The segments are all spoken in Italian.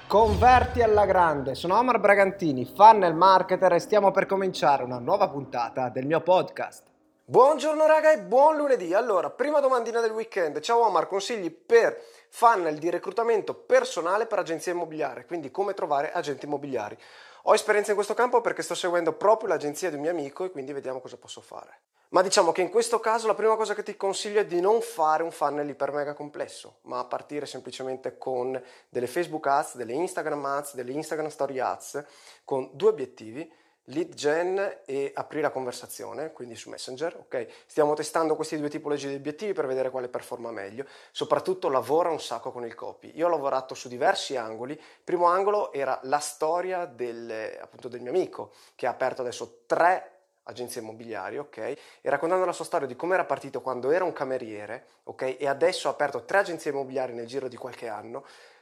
Converti alla grande, sono Omar Bragantini, funnel marketer e stiamo per cominciare una nuova puntata del mio podcast. Buongiorno raga e buon lunedì. Allora, prima domandina del weekend. Ciao Omar, consigli per funnel di reclutamento personale per agenzie immobiliari, quindi come trovare agenti immobiliari. Ho esperienza in questo campo perché sto seguendo proprio l'agenzia di un mio amico e quindi vediamo cosa posso fare. Ma diciamo che in questo caso la prima cosa che ti consiglio è di non fare un funnel iper mega complesso, ma partire semplicemente con delle Facebook Ads, delle Instagram Ads, delle Instagram Story Ads, con due obiettivi: lead gen e aprire la conversazione, quindi su Messenger, ok? Stiamo testando queste due tipologie di obiettivi per vedere quale performa meglio. Soprattutto lavora un sacco con il copy. Io ho lavorato su diversi angoli. Il primo angolo era la storia appunto del mio amico, che ha aperto adesso 3 agenzie immobiliari, ok? E raccontando la sua storia di come era partito quando era un cameriere, ok? E adesso ha aperto 3 agenzie immobiliari nel giro di qualche anno.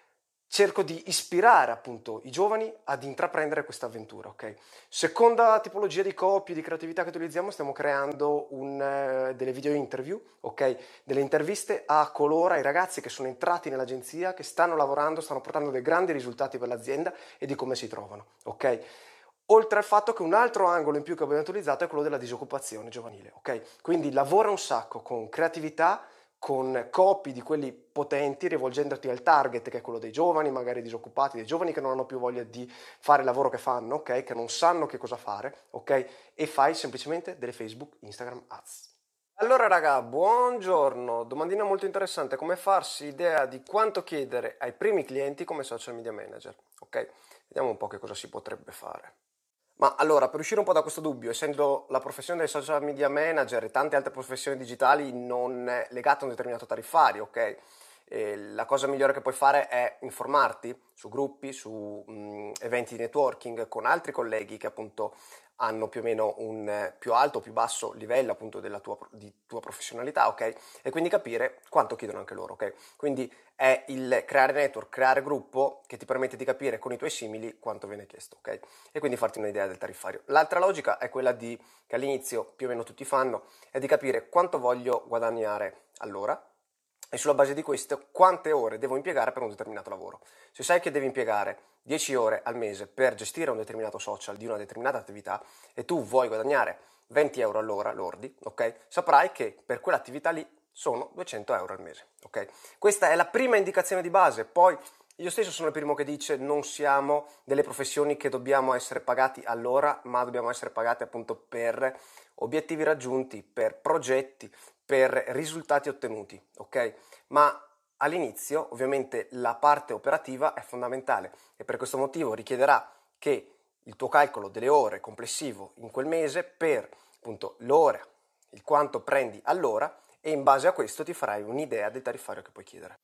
Cerco di ispirare appunto i giovani ad intraprendere questa avventura, ok? Seconda tipologia di copy, di creatività che utilizziamo, stiamo creando delle video interview, ok? Delle interviste a coloro, ai ragazzi che sono entrati nell'agenzia, che stanno lavorando, stanno portando dei grandi risultati per l'azienda e di come si trovano, ok? Oltre al fatto che un altro angolo in più che abbiamo utilizzato è quello della disoccupazione giovanile, ok? Quindi lavora un sacco con creatività, con copy di quelli potenti, rivolgendoti al target che è quello dei giovani, magari disoccupati, dei giovani che non hanno più voglia di fare il lavoro che fanno, ok? Che non sanno che cosa fare, ok? E fai semplicemente delle Facebook, Instagram Ads. Allora raga, buongiorno, domandina molto interessante: come farsi idea di quanto chiedere ai primi clienti come social media manager, ok? Vediamo un po' che cosa si potrebbe fare. Ma allora, per uscire un po' da questo dubbio, essendo la professione del social media manager e tante altre professioni digitali non è legata a un determinato tariffario, ok? E la cosa migliore che puoi fare è informarti su gruppi, su eventi di networking con altri colleghi che appunto hanno più o meno un più alto o più basso livello appunto di tua professionalità, ok? E quindi capire quanto chiedono anche loro, ok? Quindi è il creare network, creare gruppo che ti permette di capire con i tuoi simili quanto viene chiesto, ok? E quindi farti un'idea del tariffario. L'altra logica è quella che all'inizio più o meno tutti fanno, è di capire quanto voglio guadagnare all'ora e sulla base di questo quante ore devo impiegare per un determinato lavoro. Se sai che devi impiegare 10 ore al mese per gestire un determinato social di una determinata attività e tu vuoi guadagnare 20 euro all'ora lordi, ok? Saprai che per quell'attività lì sono 200 euro al mese, ok? Questa è la prima indicazione di base. Poi io stesso sono il primo che dice non siamo delle professioni che dobbiamo essere pagati all'ora, ma dobbiamo essere pagati appunto per obiettivi raggiunti, per progetti, per risultati ottenuti, ok? Ma all'inizio ovviamente la parte operativa è fondamentale e per questo motivo richiederà che il tuo calcolo delle ore complessivo in quel mese per appunto l'ora, il quanto prendi all'ora, e in base a questo ti farai un'idea del tariffario che puoi chiedere.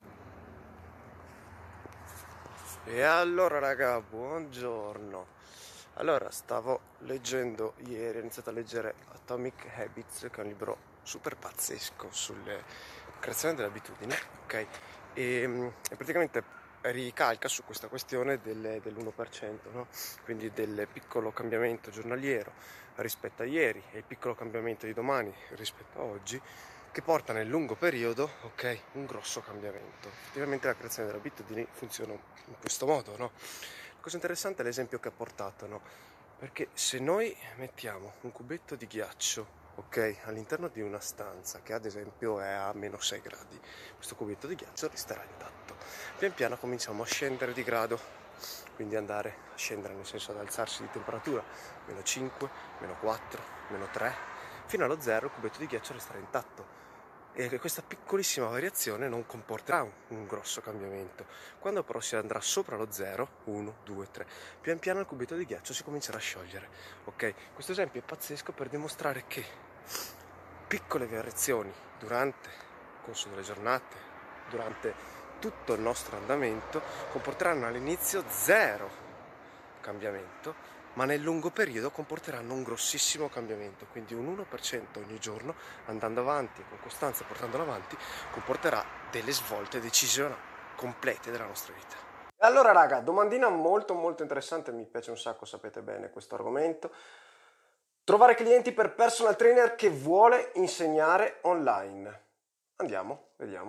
E allora raga, buongiorno. Allora, stavo leggendo ieri, ho iniziato a leggere Atomic Habits, che è un libro super pazzesco sulle creazione delle abitudini, ok? E praticamente ricalca su questa questione dell'1%, no? Quindi del piccolo cambiamento giornaliero rispetto a ieri e il piccolo cambiamento di domani rispetto a oggi, che porta nel lungo periodo, ok, un grosso cambiamento. Effettivamente la creazione delle abitudini funziona in questo modo, no? La cosa interessante è l'esempio che ha portato, no? Perché se noi mettiamo un cubetto di ghiaccio, ok, all'interno di una stanza che ad esempio è a meno 6 gradi, questo cubetto di ghiaccio resterà intatto. Pian piano cominciamo a scendere di grado, quindi andare a scendere nel senso ad alzarsi di temperatura, meno 5, meno 4, meno 3, fino allo 0 il cubetto di ghiaccio resterà intatto. E questa piccolissima variazione non comporterà un grosso cambiamento. Quando però si andrà sopra lo 0, 1, 2, 3, pian piano il cubetto di ghiaccio si comincerà a sciogliere. Ok? Questo esempio è pazzesco per dimostrare che piccole variazioni durante il corso delle giornate, durante tutto il nostro andamento, comporteranno all'inizio 0 cambiamento, ma nel lungo periodo comporteranno un grossissimo cambiamento. Quindi un 1% ogni giorno, andando avanti e con costanza portandolo avanti, comporterà delle svolte decisioni complete della nostra vita. Allora raga, domandina molto molto interessante, mi piace un sacco, sapete bene questo argomento. Trovare clienti per personal trainer che vuole insegnare online. Andiamo, vediamo.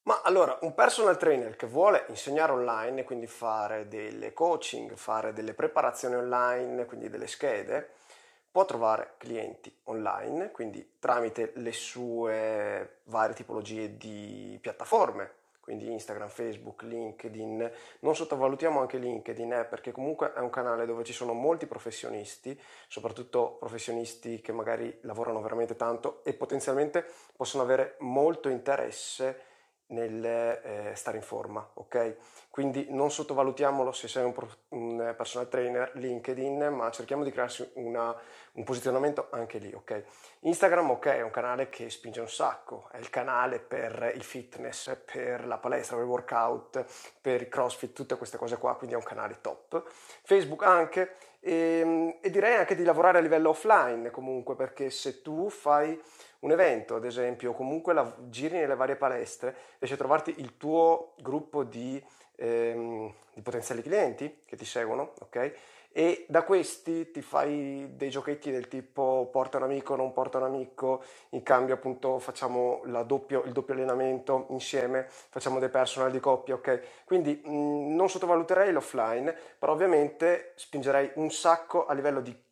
Ma allora, un personal trainer che vuole insegnare online e quindi fare delle coaching, fare delle preparazioni online, quindi delle schede, può trovare clienti online, quindi tramite le sue varie tipologie di piattaforme, quindi Instagram, Facebook, LinkedIn. Non sottovalutiamo anche LinkedIn, perché comunque è un canale dove ci sono molti professionisti, soprattutto professionisti che magari lavorano veramente tanto e potenzialmente possono avere molto interesse nel stare in forma, ok? Quindi non sottovalutiamolo se sei un personal trainer LinkedIn, ma cerchiamo di crearsi un posizionamento anche lì, ok? Instagram, ok, è un canale che spinge un sacco, è il canale per il fitness, per la palestra, per il workout, per il crossfit, tutte queste cose qua, quindi è un canale top. Facebook anche, e direi anche di lavorare a livello offline comunque, perché se tu fai un evento, ad esempio, o comunque giri nelle varie palestre, riesci a trovarti il tuo gruppo di potenziali clienti che ti seguono, ok? E da questi ti fai dei giochetti del tipo porta un amico, non porta un amico, in cambio appunto facciamo il doppio allenamento insieme, facciamo dei personal di coppia, ok? Quindi non sottovaluterei l'offline, però ovviamente spingerei un sacco a livello di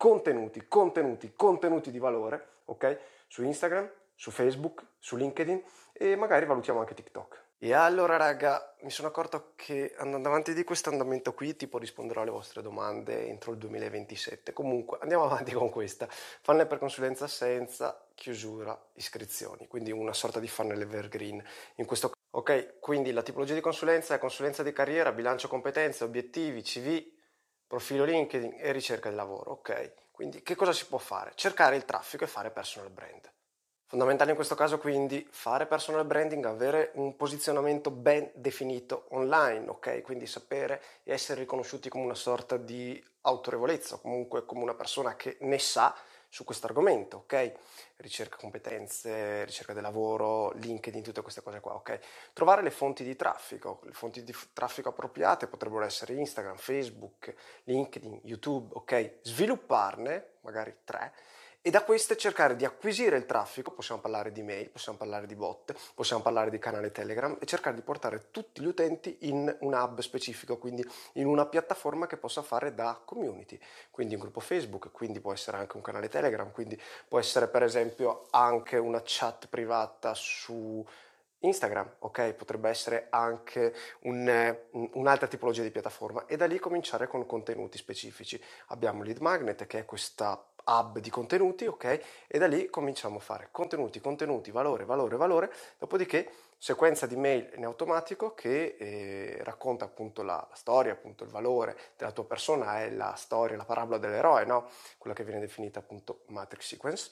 contenuti di valore, ok? Su Instagram, su Facebook, su LinkedIn e magari valutiamo anche TikTok. E allora raga, mi sono accorto che andando avanti di questo andamento qui tipo risponderò alle vostre domande entro il 2027. Comunque andiamo avanti con questa. Funnel per consulenza senza chiusura iscrizioni, quindi una sorta di funnel evergreen. In questo caso, ok, quindi la tipologia di consulenza è consulenza di carriera, bilancio competenze, obiettivi, CV, profilo LinkedIn e ricerca di lavoro, ok? Quindi che cosa si può fare? Cercare il traffico e fare personal brand. Fondamentale in questo caso quindi fare personal branding, avere un posizionamento ben definito online, ok? Quindi sapere e essere riconosciuti come una sorta di autorevolezza, comunque come una persona che ne sa su questo argomento, ok? Ricerca competenze, ricerca del lavoro, LinkedIn, tutte queste cose qua, ok? Trovare le fonti di traffico, le fonti di traffico appropriate potrebbero essere Instagram, Facebook, LinkedIn, YouTube, ok? Svilupparne, magari 3, e da queste cercare di acquisire il traffico. Possiamo parlare di mail, possiamo parlare di bot, possiamo parlare di canale Telegram e cercare di portare tutti gli utenti in un hub specifico, quindi in una piattaforma che possa fare da community, quindi un gruppo Facebook, quindi può essere anche un canale Telegram, quindi può essere per esempio anche una chat privata su Instagram, ok? Potrebbe essere anche un'altra tipologia di piattaforma e da lì cominciare con contenuti specifici. Abbiamo Lead Magnet che è questa hub di contenuti, ok? E da lì cominciamo a fare contenuti, valore, dopodiché sequenza di mail in automatico che racconta appunto la storia, appunto il valore della tua persona, è la storia, la parabola dell'eroe, no? Quella che viene definita appunto Matrix Sequence.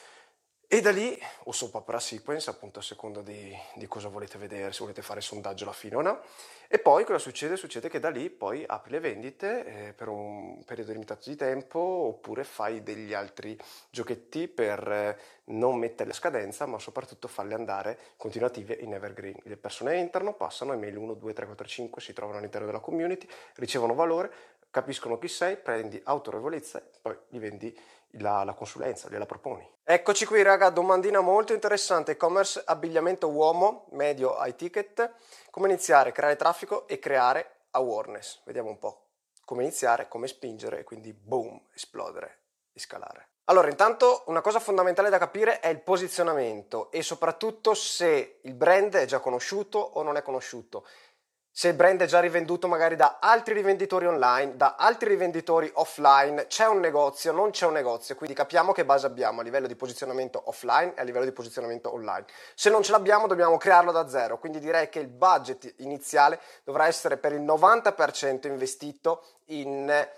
E da lì, o soap opera sequence, appunto a seconda di cosa volete vedere, se volete fare sondaggio alla fine o no. E poi cosa succede? Succede che da lì poi apri le vendite per un periodo limitato di tempo, oppure fai degli altri giochetti per non metterle a scadenza, ma soprattutto farle andare continuative in evergreen. Le persone entrano, passano, email 1, 2, 3, 4, 5, si trovano all'interno della community, ricevono valore, capiscono chi sei, prendi autorevolezza e poi gli vendi la consulenza, gliela proponi. Eccoci qui raga, domandina molto interessante, e-commerce, abbigliamento uomo, medio high ticket, come iniziare, creare traffico e creare awareness. Vediamo un po' come iniziare, come spingere e quindi boom, esplodere e scalare. Allora, intanto una cosa fondamentale da capire è il posizionamento e soprattutto se il brand è già conosciuto o non è conosciuto. Se il brand è già rivenduto magari da altri rivenditori online, da altri rivenditori offline, c'è un negozio, non c'è un negozio, quindi capiamo che base abbiamo a livello di posizionamento offline e a livello di posizionamento online. Se non ce l'abbiamo dobbiamo crearlo da zero, quindi direi che il budget iniziale dovrà essere per il 90% investito in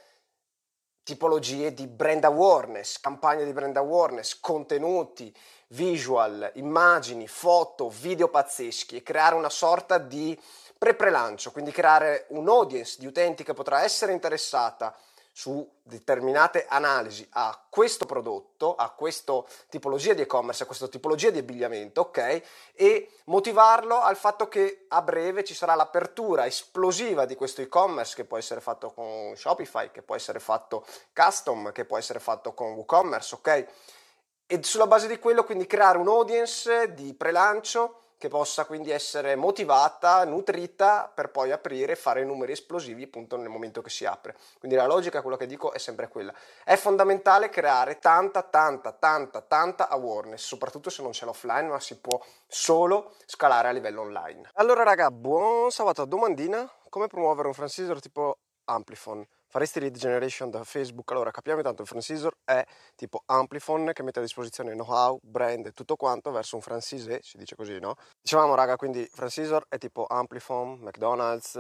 tipologie di brand awareness, campagne di brand awareness, contenuti, visual, immagini, foto, video pazzeschi e creare una sorta di pre-lancio, quindi creare un audience di utenti che potrà essere interessata su determinate analisi a questo prodotto, a questa tipologia di e-commerce, a questa tipologia di abbigliamento, ok? E motivarlo al fatto che a breve ci sarà l'apertura esplosiva di questo e-commerce che può essere fatto con Shopify, che può essere fatto custom, che può essere fatto con WooCommerce, ok? E sulla base di quello quindi creare un audience di pre-lancio che possa quindi essere motivata, nutrita per poi aprire e fare numeri esplosivi appunto nel momento che si apre. Quindi la logica, quello che dico, è sempre quella. È fondamentale creare tanta awareness, soprattutto se non c'è l'offline, ma si può solo scalare a livello online. Allora raga, buon sabato. Domandina: come promuovere un franchisor tipo Amplifon? Faresti lead generation da Facebook? Allora, capiamo intanto, il franchisor è tipo Amplifon, che mette a disposizione know-how, brand e tutto quanto verso un franchisé, si dice così, no? Dicevamo raga, quindi franchisor è tipo Amplifon, McDonald's,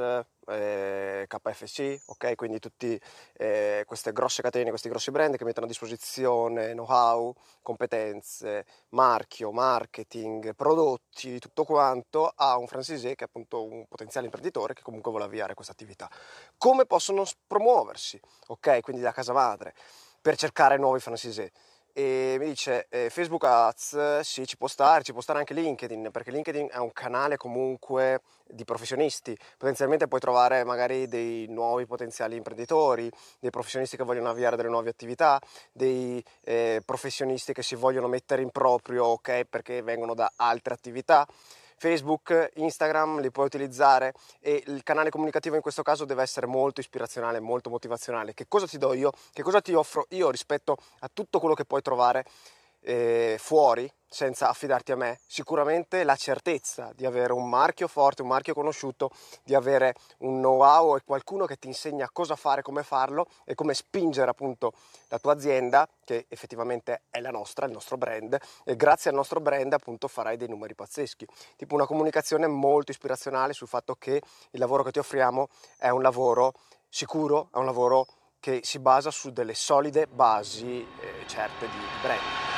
KFC, ok? Quindi tutte queste grosse catene, questi grossi brand che mettono a disposizione know-how, competenze, marchio, marketing, prodotti, tutto quanto a un franchisé che è appunto un potenziale imprenditore che comunque vuole avviare questa attività. Come possono promuoversi, ok? Quindi da casa madre, per cercare nuovi franchisé. E mi dice Facebook Ads, sì, ci può stare anche LinkedIn, perché LinkedIn è un canale comunque di professionisti. Potenzialmente puoi trovare magari dei nuovi potenziali imprenditori, dei professionisti che vogliono avviare delle nuove attività, dei professionisti che si vogliono mettere in proprio, ok, perché vengono da altre attività. Facebook, Instagram li puoi utilizzare, e il canale comunicativo in questo caso deve essere molto ispirazionale, molto motivazionale. Che cosa ti do io? Che cosa ti offro io rispetto a tutto quello che puoi trovare fuori senza affidarti a me? Sicuramente la certezza di avere un marchio forte, un marchio conosciuto, di avere un know-how e qualcuno che ti insegna cosa fare, come farlo e come spingere appunto la tua azienda, che effettivamente è la nostra, il nostro brand, e grazie al nostro brand appunto farai dei numeri pazzeschi. Tipo una comunicazione molto ispirazionale sul fatto che il lavoro che ti offriamo è un lavoro sicuro, è un lavoro che si basa su delle solide basi certe di brand.